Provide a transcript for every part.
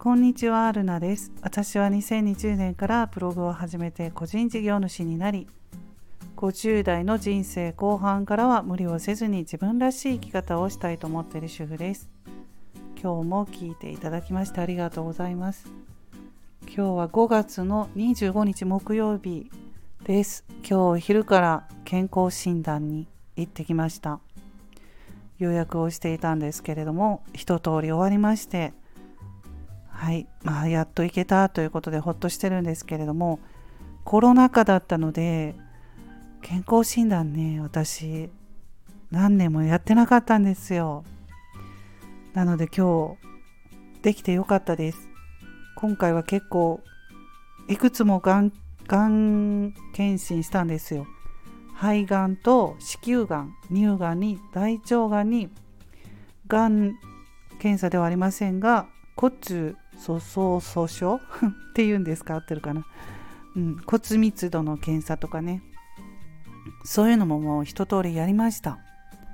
こんにちは、ルナです。私は2020年からブログを始めて個人事業主になり、50代の人生後半からは無理をせずに自分らしい生き方をしたいと思っている主婦です。今日も聞いていただきましてありがとうございます。今日は5月の25日木曜日です。今日昼から健康診断に行ってきました。予約をしていたんですけれども、一通り終わりまして、やっと行けたということでほっとしてるんですけれども、コロナ禍だったので健康診断ね、私何年もやってなかったんですよ。なので今日できてよかったです。今回は結構いくつもがん検診したんですよ。肺がんと子宮がん、乳がんに大腸がんに、がん検査ではありませんが骨粗鬆症っていうんですか、合ってるかな、骨密度の検査とかね、そういうのももう一通りやりました。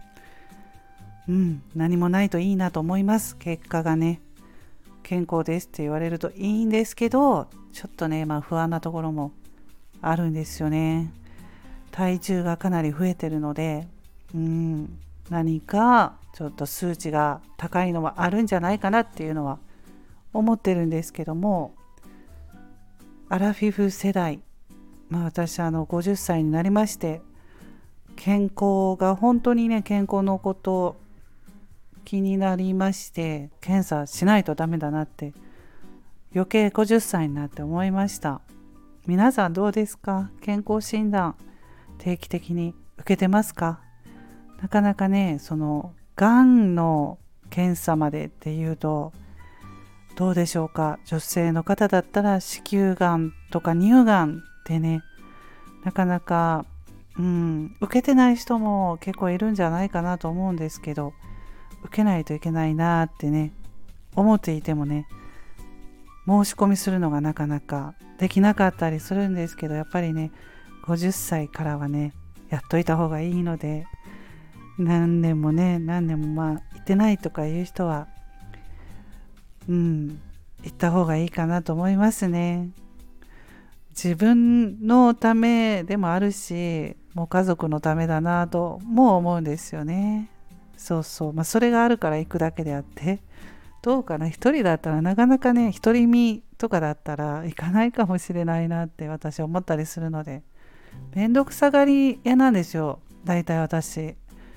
何もないといいなと思います。結果がね、健康ですって言われるといいんですけど、ちょっとね、不安なところもあるんですよね。体重がかなり増えてるので、何かちょっと数値が高いのはあるんじゃないかなっていうのは思ってるんですけども、アラフィフ世代、私50歳になりまして、健康が本当にね、健康のこと気になりまして、検査しないとダメだなって余計50歳になって思いました。皆さんどうですか？健康診断定期的に受けてますか？なかなかね、そのがんの検査までっていうとどうでしょうか。女性の方だったら子宮がんとか乳がんってね、なかなか受けてない人も結構いるんじゃないかなと思うんですけど、受けないといけないなってね思っていてもね、申し込みするのがなかなかできなかったりするんですけど、やっぱりね50歳からはねやっといた方がいいので、何年も行ってないとかいう人は行った方がいいかなと思いますね。自分のためでもあるし、もう家族のためだなとも思うんですよね。それがあるから行くだけであって、どうかな、一人だったらなかなかね、独り身とかだったら行かないかもしれないなって私は思ったりするので、めんどくさがり屋なんですよ、大体私。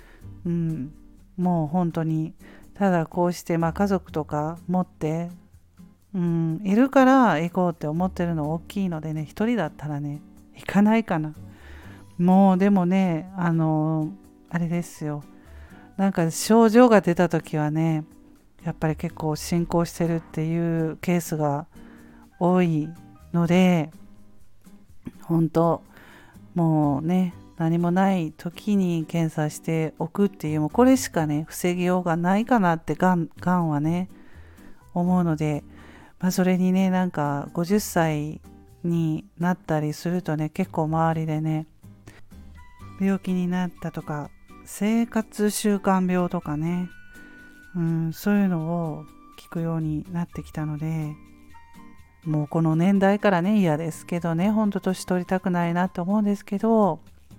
もう本当にただこうして家族とか持っているから行こうって思ってるの大きいのでね、一人だったらね行かないかな。もうでもね、あれですよ、なんか症状が出た時はね、やっぱり結構進行してるっていうケースが多いので、本当もうね、何もない時に検査しておくっていう、もうこれしかね防ぎようがないかなって、がんはね思うので、それにね、なんか50歳になったりするとね、結構周りでね、病気になったとか生活習慣病とかね、そういうのを聞くようになってきたので、もうこの年代からね嫌ですけどね、ほんと年取りたくないなと思うんですけど、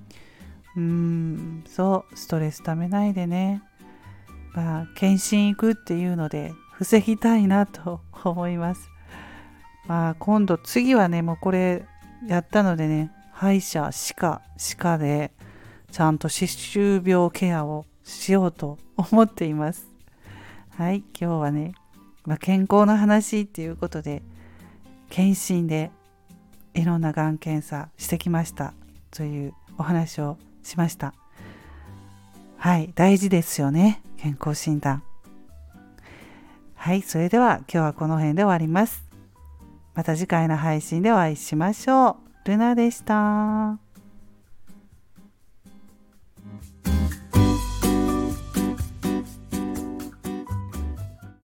ストレスためないでね、検診行くっていうので防ぎたいなと思います。今度次はね、もうこれやったのでね、歯医者歯科でちゃんと歯周病ケアをしようと思っています。今日はね、健康の話っていうことで、検診でいろんながん検査してきましたというお話をしました。大事ですよね、健康診断。それでは今日はこの辺で終わります。また次回の配信でお会いしましょう。ルナでした。